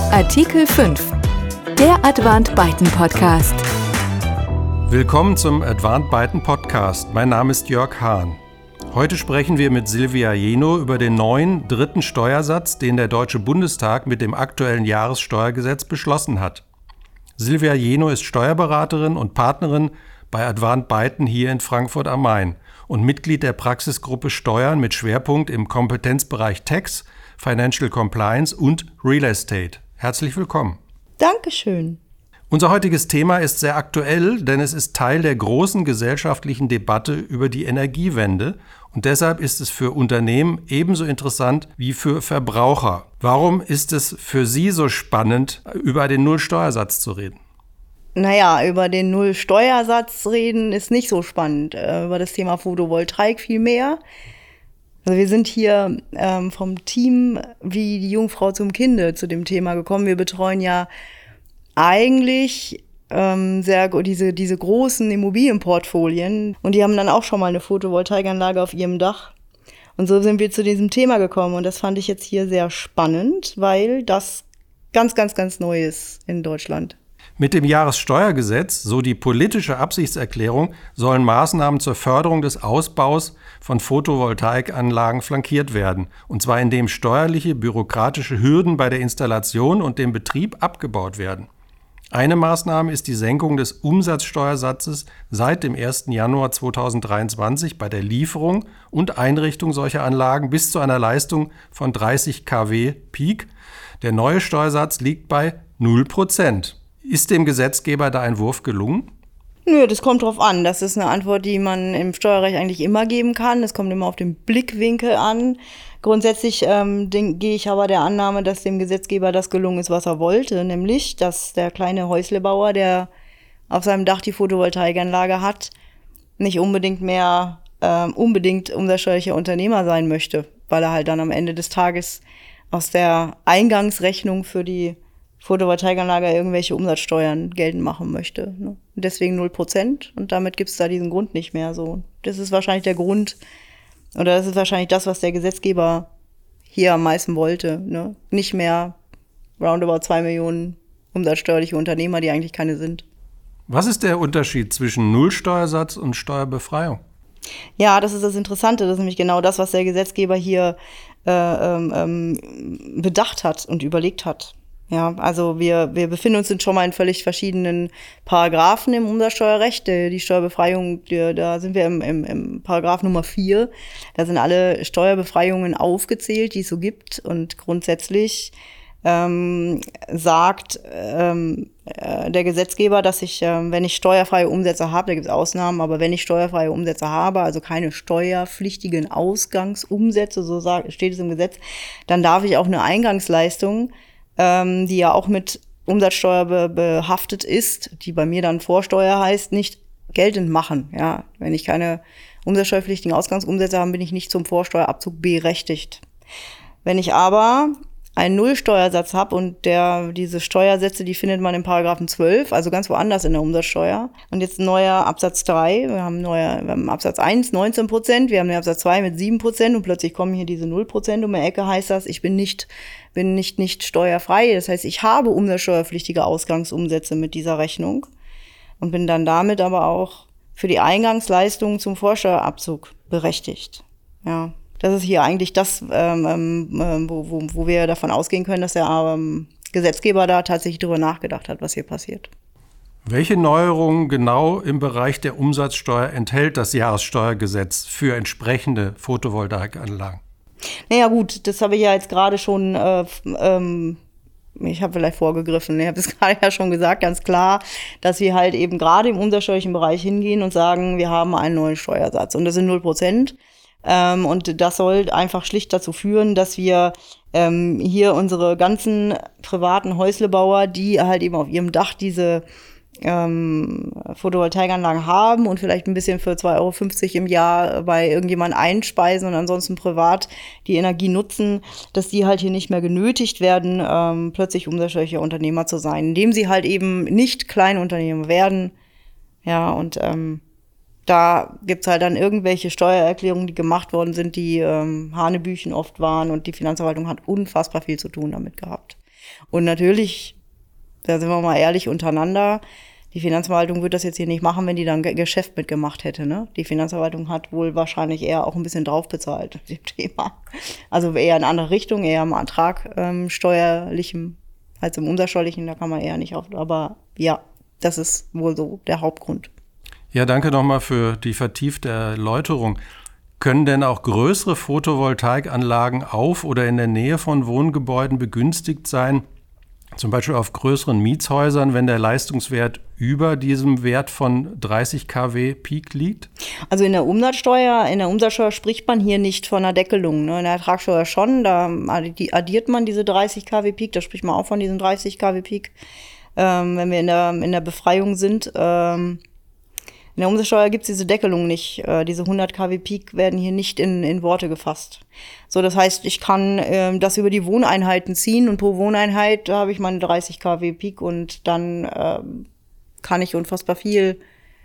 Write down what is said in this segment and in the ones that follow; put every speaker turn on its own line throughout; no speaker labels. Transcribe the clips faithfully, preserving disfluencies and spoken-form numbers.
Artikel fünf. Der Advant Byten Podcast.
Willkommen zum Advant Byten Podcast. Mein Name ist Jörg Hahn. Heute sprechen wir mit Silvia Jenow über den neuen dritten Steuersatz, den der Deutsche Bundestag mit dem aktuellen Jahressteuergesetz beschlossen hat. Silvia Jenow ist Steuerberaterin und Partnerin bei Advant Byten hier in Frankfurt am Main und Mitglied der Praxisgruppe Steuern mit Schwerpunkt im Kompetenzbereich Tax, Financial Compliance und Real Estate. Herzlich willkommen.
Dankeschön.
Unser heutiges Thema ist sehr aktuell, denn es ist Teil der großen gesellschaftlichen Debatte über die Energiewende und deshalb ist es für Unternehmen ebenso interessant wie für Verbraucher. Warum ist es für Sie so spannend, über den Nullsteuersatz zu reden?
Naja, über den Nullsteuersatz reden ist nicht so spannend. Äh, über das Thema Photovoltaik viel mehr. Also wir sind hier ähm, vom Team wie die Jungfrau zum Kinde zu dem Thema gekommen. Wir betreuen ja eigentlich ähm, sehr diese, diese großen Immobilienportfolien und die haben dann auch schon mal eine Photovoltaikanlage auf ihrem Dach. Und so sind wir zu diesem Thema gekommen und das fand ich jetzt hier sehr spannend, weil das ganz, ganz, ganz neu ist in Deutschland.
Mit dem Jahressteuergesetz, so die politische Absichtserklärung, sollen Maßnahmen zur Förderung des Ausbaus von Photovoltaikanlagen flankiert werden, und zwar indem steuerliche, bürokratische Hürden bei der Installation und dem Betrieb abgebaut werden. Eine Maßnahme ist die Senkung des Umsatzsteuersatzes seit dem ersten Januar zweitausenddreiundzwanzig bei der Lieferung und Einrichtung solcher Anlagen bis zu einer Leistung von dreißig Kilowatt Peak. Der neue Steuersatz liegt bei null Prozent. Ist dem Gesetzgeber da ein Wurf gelungen?
Nö, das kommt drauf an. Das ist eine Antwort, die man im Steuerrecht eigentlich immer geben kann. Das kommt immer auf den Blickwinkel an. Grundsätzlich ähm, denk, gehe ich aber der Annahme, dass dem Gesetzgeber das gelungen ist, was er wollte. Nämlich, dass der kleine Häuslebauer, der auf seinem Dach die Photovoltaikanlage hat, nicht unbedingt mehr ähm, unbedingt umsatzsteuerlicher Unternehmer sein möchte, weil er halt dann am Ende des Tages aus der Eingangsrechnung für die Photovoltaikanlage irgendwelche Umsatzsteuern geltend machen möchte. Ne? Deswegen null Prozent und damit gibt es da diesen Grund nicht mehr so. Das ist wahrscheinlich der Grund, oder das ist wahrscheinlich das, was der Gesetzgeber hier am meisten wollte. Ne? Nicht mehr roundabout zwei Millionen umsatzsteuerliche Unternehmer, die eigentlich keine sind.
Was ist der Unterschied zwischen Nullsteuersatz und Steuerbefreiung?
Ja, das ist das Interessante. Das ist nämlich genau das, was der Gesetzgeber hier äh, ähm, bedacht hat und überlegt hat. Ja, also wir, wir befinden uns in schon mal in völlig verschiedenen Paragraphen im Umsatzsteuerrecht. Die Steuerbefreiung, die, da sind wir im, im, im Paragraph Nummer vier. Da sind alle Steuerbefreiungen aufgezählt, die es so gibt. Und grundsätzlich ähm, sagt ähm, äh, der Gesetzgeber, dass ich, äh, wenn ich steuerfreie Umsätze habe, da gibt es Ausnahmen, aber wenn ich steuerfreie Umsätze habe, also keine steuerpflichtigen Ausgangsumsätze, so sagt, steht es im Gesetz, dann darf ich auch eine Eingangsleistung, die ja auch mit Umsatzsteuer be- behaftet ist, die bei mir dann Vorsteuer heißt, nicht geltend machen. Ja, wenn ich keine umsatzsteuerpflichtigen Ausgangsumsätze habe, bin ich nicht zum Vorsteuerabzug berechtigt. Wenn ich aber einen Nullsteuersatz habe und der diese Steuersätze, die findet man im Paragraphen zwölf, also ganz woanders in der Umsatzsteuer. Und jetzt ein neuer Absatz drei, wir haben neuer, wir haben Absatz eins, neunzehn Prozent, wir haben den Absatz zwei mit sieben Prozent und plötzlich kommen hier diese null Prozent um die Ecke, heißt das, ich bin nicht, bin nicht, nicht steuerfrei. Das heißt, ich habe umsatzsteuerpflichtige Ausgangsumsätze mit dieser Rechnung und bin dann damit aber auch für die Eingangsleistungen zum Vorsteuerabzug berechtigt. Ja. Das ist hier eigentlich das, ähm, ähm, wo, wo, wo wir davon ausgehen können, dass der ähm, Gesetzgeber da tatsächlich drüber nachgedacht hat, was hier passiert.
Welche Neuerungen genau im Bereich der Umsatzsteuer enthält das Jahressteuergesetz für entsprechende Photovoltaikanlagen?
Naja gut, das habe ich ja jetzt gerade schon, äh, ähm, ich habe vielleicht vorgegriffen, ich habe das gerade ja schon gesagt, ganz klar, dass wir halt eben gerade im umsatzsteuerlichen Bereich hingehen und sagen, wir haben einen neuen Steuersatz und das sind null Prozent. Ähm, und das soll einfach schlicht dazu führen, dass wir ähm, hier unsere ganzen privaten Häuslebauer, die halt eben auf ihrem Dach diese ähm, Photovoltaikanlagen haben und vielleicht ein bisschen für zwei Euro fünfzig im Jahr bei irgendjemandem einspeisen und ansonsten privat die Energie nutzen, dass die halt hier nicht mehr genötigt werden, ähm, plötzlich umsatzsteuerliche Unternehmer zu sein, indem sie halt eben nicht Kleinunternehmer werden. Ja, und ähm, da gibt's halt dann irgendwelche Steuererklärungen, die gemacht worden sind, die ähm, Hanebüchen oft waren und die Finanzverwaltung hat unfassbar viel zu tun damit gehabt. Und natürlich, da sind wir mal ehrlich untereinander, die Finanzverwaltung würde das jetzt hier nicht machen, wenn die dann Ge- Geschäft mitgemacht hätte. Ne? Die Finanzverwaltung hat wohl wahrscheinlich eher auch ein bisschen draufbezahlt mit dem Thema. Also eher in andere Richtung, eher im Ertrag ähm, steuerlichem als im umsatzsteuerlichen, da kann man eher nicht auf. Aber ja, das ist wohl so der Hauptgrund.
Ja, danke nochmal für die vertiefte Erläuterung. Können denn auch größere Photovoltaikanlagen auf oder in der Nähe von Wohngebäuden begünstigt sein? Zum Beispiel auf größeren Mietshäusern, wenn der Leistungswert über diesem Wert von dreißig Kilowatt Peak liegt?
Also in der Umsatzsteuer, in der Umsatzsteuer spricht man hier nicht von einer Deckelung. Ne? In der Ertragssteuer schon, da addiert man diese dreißig Kilowatt Peak, da spricht man auch von diesen dreißig Kilowatt Peak, ähm, wenn wir in der, in der Befreiung sind. Ähm, in der Umsatzsteuer gibt es diese Deckelung nicht. Äh, diese hundert Kilowatt Peak werden hier nicht in, in Worte gefasst. So, das heißt, ich kann ähm, das über die Wohneinheiten ziehen und pro Wohneinheit da habe ich meine dreißig Kilowatt Peak und dann ähm, kann ich unfassbar viel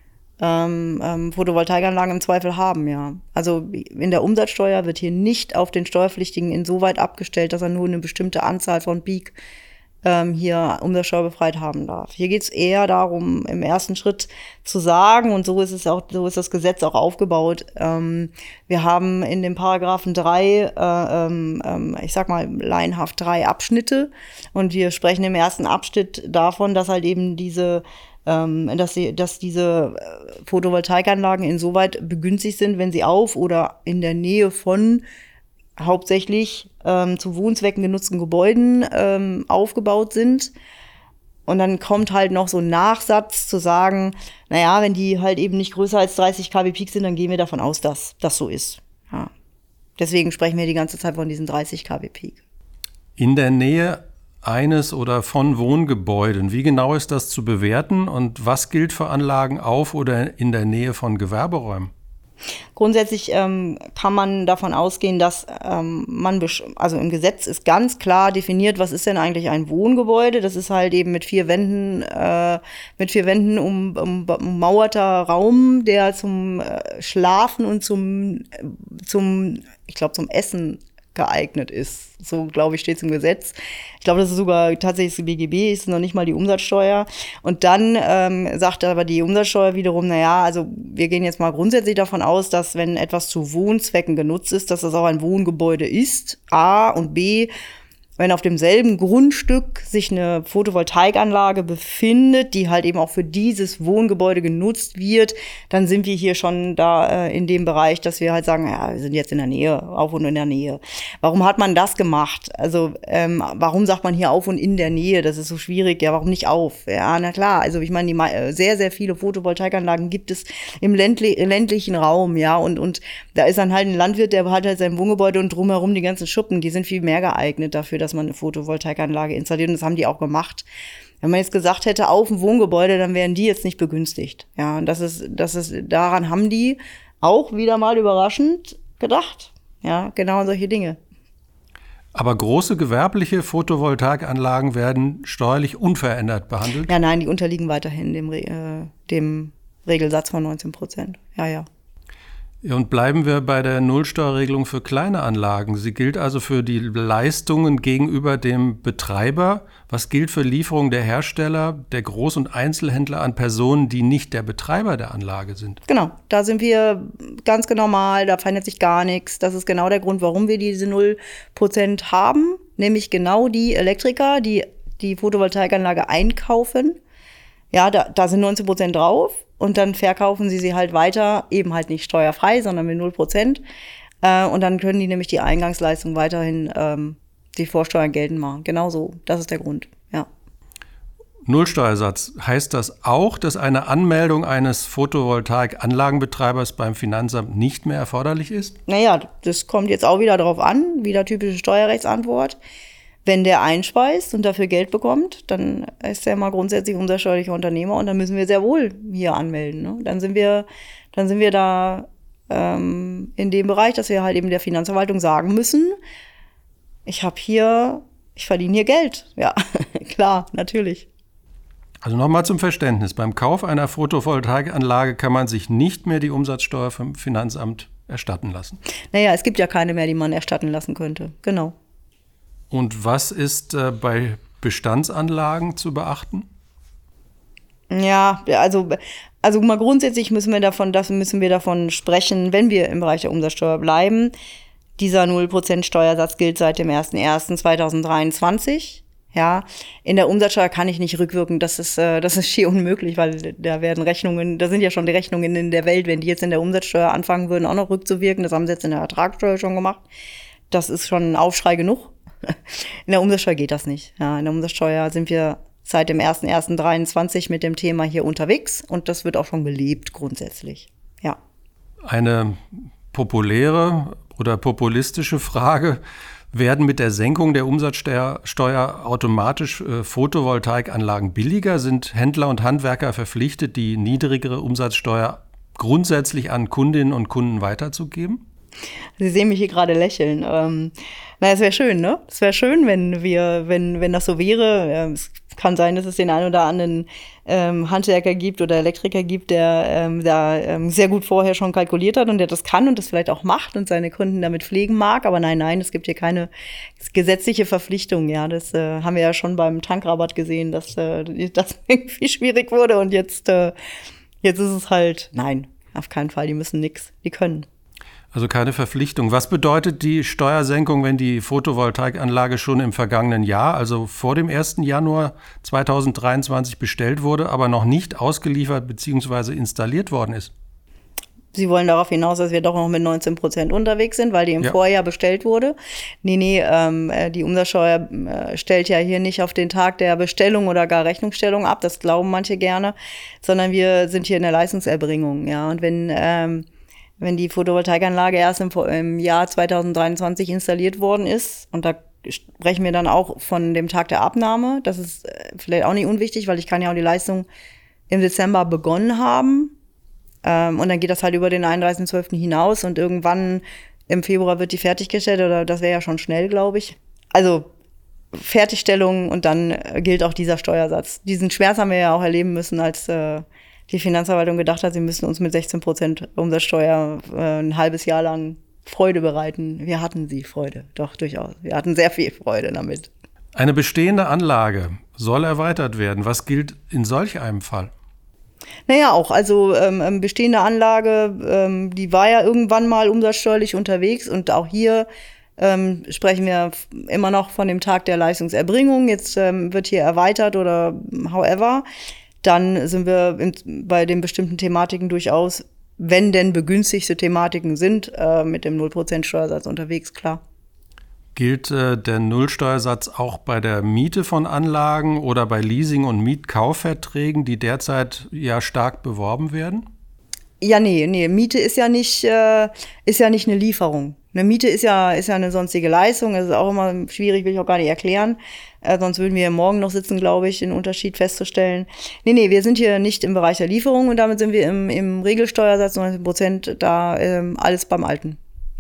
ähm, ähm, Photovoltaikanlagen im Zweifel haben, ja. Also in der Umsatzsteuer wird hier nicht auf den Steuerpflichtigen insoweit abgestellt, dass er nur eine bestimmte Anzahl von Peak ähm, hier umsatzsteuerbefreit haben darf. Hier geht es eher darum, im ersten Schritt zu sagen, und so ist es auch, so ist das Gesetz auch aufgebaut. Ähm, wir haben in dem Paragraphen drei, äh, ähm, ich sag mal laienhaft drei Abschnitte, und wir sprechen im ersten Abschnitt davon, dass halt eben diese ähm, dass, sie, dass diese Photovoltaikanlagen insoweit begünstigt sind, wenn sie auf oder in der Nähe von hauptsächlich ähm, zu Wohnzwecken genutzten Gebäuden ähm, aufgebaut sind. Und dann kommt halt noch so ein Nachsatz zu sagen, naja, wenn die halt eben nicht größer als dreißig Kilowatt Peak sind, dann gehen wir davon aus, dass das so ist. Ja. Deswegen sprechen wir die ganze Zeit von diesen dreißig Kilowatt Peak.
In der Nähe eines oder von Wohngebäuden, wie genau ist das zu bewerten und was gilt für Anlagen auf oder in der Nähe von Gewerberäumen?
Grundsätzlich ähm, kann man davon ausgehen, dass ähm, man, besch- also im Gesetz ist ganz klar definiert, was ist denn eigentlich ein Wohngebäude. Das ist halt eben mit vier Wänden, äh, mit vier Wänden um, um, ummauerter Raum, der zum äh, Schlafen und zum, äh, zum, ich glaube, zum Essen geeignet ist. So, glaube ich, steht es im Gesetz. Ich glaube, das ist sogar tatsächlich das B G B, ist noch nicht mal die Umsatzsteuer. Und dann ähm, sagt aber die Umsatzsteuer wiederum, naja, also wir gehen jetzt mal grundsätzlich davon aus, dass wenn etwas zu Wohnzwecken genutzt ist, dass das auch ein Wohngebäude ist, A, und B, wenn auf demselben Grundstück sich eine Photovoltaikanlage befindet, die halt eben auch für dieses Wohngebäude genutzt wird, dann sind wir hier schon da äh, in dem Bereich, dass wir halt sagen, ja, wir sind jetzt in der Nähe, auf und in der Nähe. Warum hat man das gemacht? Also ähm, warum sagt man hier auf und in der Nähe? Das ist so schwierig. Ja, warum nicht auf? Ja, na klar. Also ich meine, die, sehr, sehr viele Photovoltaikanlagen gibt es im ländli- ländlichen Raum, ja, und und da ist dann halt ein Landwirt, der hat halt sein Wohngebäude und drumherum die ganzen Schuppen, die sind viel mehr geeignet dafür, dass man eine Photovoltaikanlage installiert, und das haben die auch gemacht. Wenn man jetzt gesagt hätte, auf dem Wohngebäude, dann wären die jetzt nicht begünstigt. Ja, und das ist, das ist, daran haben die auch wieder mal überraschend gedacht. Ja, genau solche Dinge.
Aber große gewerbliche Photovoltaikanlagen werden steuerlich unverändert behandelt?
Ja, nein, die unterliegen weiterhin dem, äh, dem Regelsatz von neunzehn Prozent. Ja, ja.
Und bleiben wir bei der Nullsteuerregelung für kleine Anlagen. Sie gilt also für die Leistungen gegenüber dem Betreiber. Was gilt für Lieferungen der Hersteller, der Groß- und Einzelhändler an Personen, die nicht der Betreiber der Anlage sind?
Genau, da sind wir ganz normal, da verändert sich gar nichts. Das ist genau der Grund, warum wir diese null Prozent haben. Nämlich genau die Elektriker, die die Photovoltaikanlage einkaufen. Ja, da, da sind neunzehn Prozent drauf. Und dann verkaufen sie sie halt weiter, eben halt nicht steuerfrei, sondern mit null Prozent. Äh, und dann können die nämlich die Eingangsleistung weiterhin ähm, die Vorsteuern geltend machen. Genau so, das ist der Grund, ja.
Nullsteuersatz, heißt das auch, dass eine Anmeldung eines Photovoltaikanlagenbetreibers beim Finanzamt nicht mehr erforderlich ist?
Naja, das kommt jetzt auch wieder darauf an, wieder typische Steuerrechtsantwort. Wenn der einspeist und dafür Geld bekommt, dann ist er mal grundsätzlich umsatzsteuerlicher Unternehmer, und dann müssen wir sehr wohl hier anmelden. Ne? Dann sind wir, dann sind wir da ähm, in dem Bereich, dass wir halt eben der Finanzverwaltung sagen müssen, ich habe hier, ich verdiene hier Geld. Ja, klar, natürlich.
Also nochmal zum Verständnis. Beim Kauf einer Photovoltaikanlage kann man sich nicht mehr die Umsatzsteuer vom Finanzamt erstatten lassen.
Naja, es gibt ja keine mehr, die man erstatten lassen könnte. Genau.
Und was ist äh, bei Bestandsanlagen zu beachten?
Ja, also, also mal grundsätzlich müssen wir davon, das müssen wir davon sprechen, wenn wir im Bereich der Umsatzsteuer bleiben. Dieser null Prozent Steuersatz gilt seit dem ersten ersten zweitausenddreiundzwanzig. Ja, in der Umsatzsteuer kann ich nicht rückwirken, das ist, äh, das ist schier unmöglich, weil da werden Rechnungen, da sind ja schon die Rechnungen in der Welt, wenn die jetzt in der Umsatzsteuer anfangen würden, auch noch rückzuwirken, das haben sie jetzt in der Ertragssteuer schon gemacht. Das ist schon ein Aufschrei genug. In der Umsatzsteuer geht das nicht. Ja, in der Umsatzsteuer sind wir seit dem ersten ersten dreiundzwanzig mit dem Thema hier unterwegs und das wird auch schon gelebt grundsätzlich. Ja.
Eine populäre oder populistische Frage: Werden mit der Senkung der Umsatzsteuer Steuer automatisch äh, Photovoltaikanlagen billiger? Sind Händler und Handwerker verpflichtet, die niedrigere Umsatzsteuer grundsätzlich an Kundinnen und Kunden weiterzugeben?
Sie sehen mich hier gerade lächeln. Ähm, na, es wäre schön, ne? Es wäre schön, wenn wir, wenn, wenn das so wäre. Ähm, es kann sein, dass es den einen oder anderen ähm, Handwerker gibt oder Elektriker gibt, der ähm, da ähm, sehr gut vorher schon kalkuliert hat und der das kann und das vielleicht auch macht und seine Kunden damit pflegen mag. Aber nein, nein, es gibt hier keine gesetzliche Verpflichtung. Ja, das äh, haben wir ja schon beim Tankrabatt gesehen, dass äh, das irgendwie schwierig wurde und jetzt, äh, jetzt ist es halt, nein, auf keinen Fall. Die müssen nix, die können.
Also keine Verpflichtung. Was bedeutet die Steuersenkung, wenn die Photovoltaikanlage schon im vergangenen Jahr, also vor dem ersten Januar zweitausenddreiundzwanzig bestellt wurde, aber noch nicht ausgeliefert bzw. installiert worden ist?
Sie wollen darauf hinaus, dass wir doch noch mit neunzehn Prozent unterwegs sind, weil die im ja. Vorjahr bestellt wurde. Nee, nee, ähm, die Umsatzsteuer äh, stellt ja hier nicht auf den Tag der Bestellung oder gar Rechnungsstellung ab, das glauben manche gerne, sondern wir sind hier in der Leistungserbringung. Ja, und wenn ähm, Wenn die Photovoltaikanlage erst im, im Jahr zweitausenddreiundzwanzig installiert worden ist, und da sprechen wir dann auch von dem Tag der Abnahme, das ist vielleicht auch nicht unwichtig, weil ich kann ja auch die Leistung im Dezember begonnen haben. Ähm, und dann geht das halt über den einunddreißigsten zwölften hinaus und irgendwann im Februar wird die fertiggestellt, oder das wäre ja schon schnell, glaube ich. Also Fertigstellung und dann gilt auch dieser Steuersatz. Diesen Schmerz haben wir ja auch erleben müssen, als äh, die Finanzverwaltung gedacht hat, sie müssen uns mit sechzehn Prozent Umsatzsteuer äh, ein halbes Jahr lang Freude bereiten. Wir hatten sie Freude, doch durchaus. Wir hatten sehr viel Freude damit.
Eine bestehende Anlage soll erweitert werden. Was gilt in solch einem Fall?
Naja, auch. Also ähm, bestehende Anlage, ähm, die war ja irgendwann mal umsatzsteuerlich unterwegs und auch hier ähm, sprechen wir immer noch von dem Tag der Leistungserbringung. Jetzt ähm, wird hier erweitert oder however. Dann sind wir in, bei den bestimmten Thematiken durchaus, wenn denn begünstigte Thematiken sind, äh, mit dem null Prozent Steuersatz unterwegs, klar.
Gilt äh, der Nullsteuersatz auch bei der Miete von Anlagen oder bei Leasing- und Mietkaufverträgen, die derzeit ja stark beworben werden?
Ja, nee, nee, Miete ist ja nicht, äh, ist ja nicht eine Lieferung. Eine Miete ist ja, ist ja eine sonstige Leistung, das ist auch immer schwierig, will ich auch gar nicht erklären. Äh, sonst würden wir morgen noch sitzen, glaube ich, den Unterschied festzustellen. Nee, nee, wir sind hier nicht im Bereich der Lieferung und damit sind wir im, im Regelsteuersatz neunzehn Prozent, da ähm, alles beim Alten.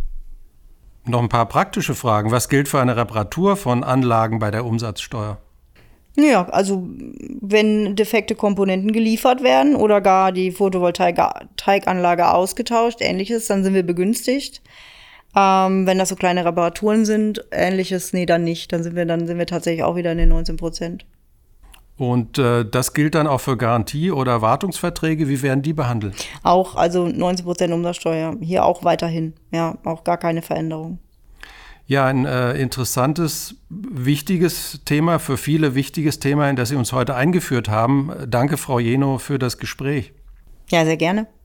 Noch ein paar praktische Fragen. Was gilt für eine Reparatur von Anlagen bei der Umsatzsteuer?
Ja, also wenn defekte Komponenten geliefert werden oder gar die Photovoltaikanlage ausgetauscht, ähnliches, dann sind wir begünstigt. Ähm, wenn das so kleine Reparaturen sind, ähnliches, nee, dann nicht. Dann sind wir, dann sind wir tatsächlich auch wieder in den neunzehn Prozent.
Und äh, das gilt dann auch für Garantie- oder Wartungsverträge. Wie werden die behandelt?
Auch, also neunzehn Prozent Umsatzsteuer. Hier auch weiterhin. Ja, auch gar keine Veränderung.
Ja, ein äh, interessantes, wichtiges Thema, für viele wichtiges Thema, in das Sie uns heute eingeführt haben. Danke, Frau Jenow, für das Gespräch.
Ja, sehr gerne.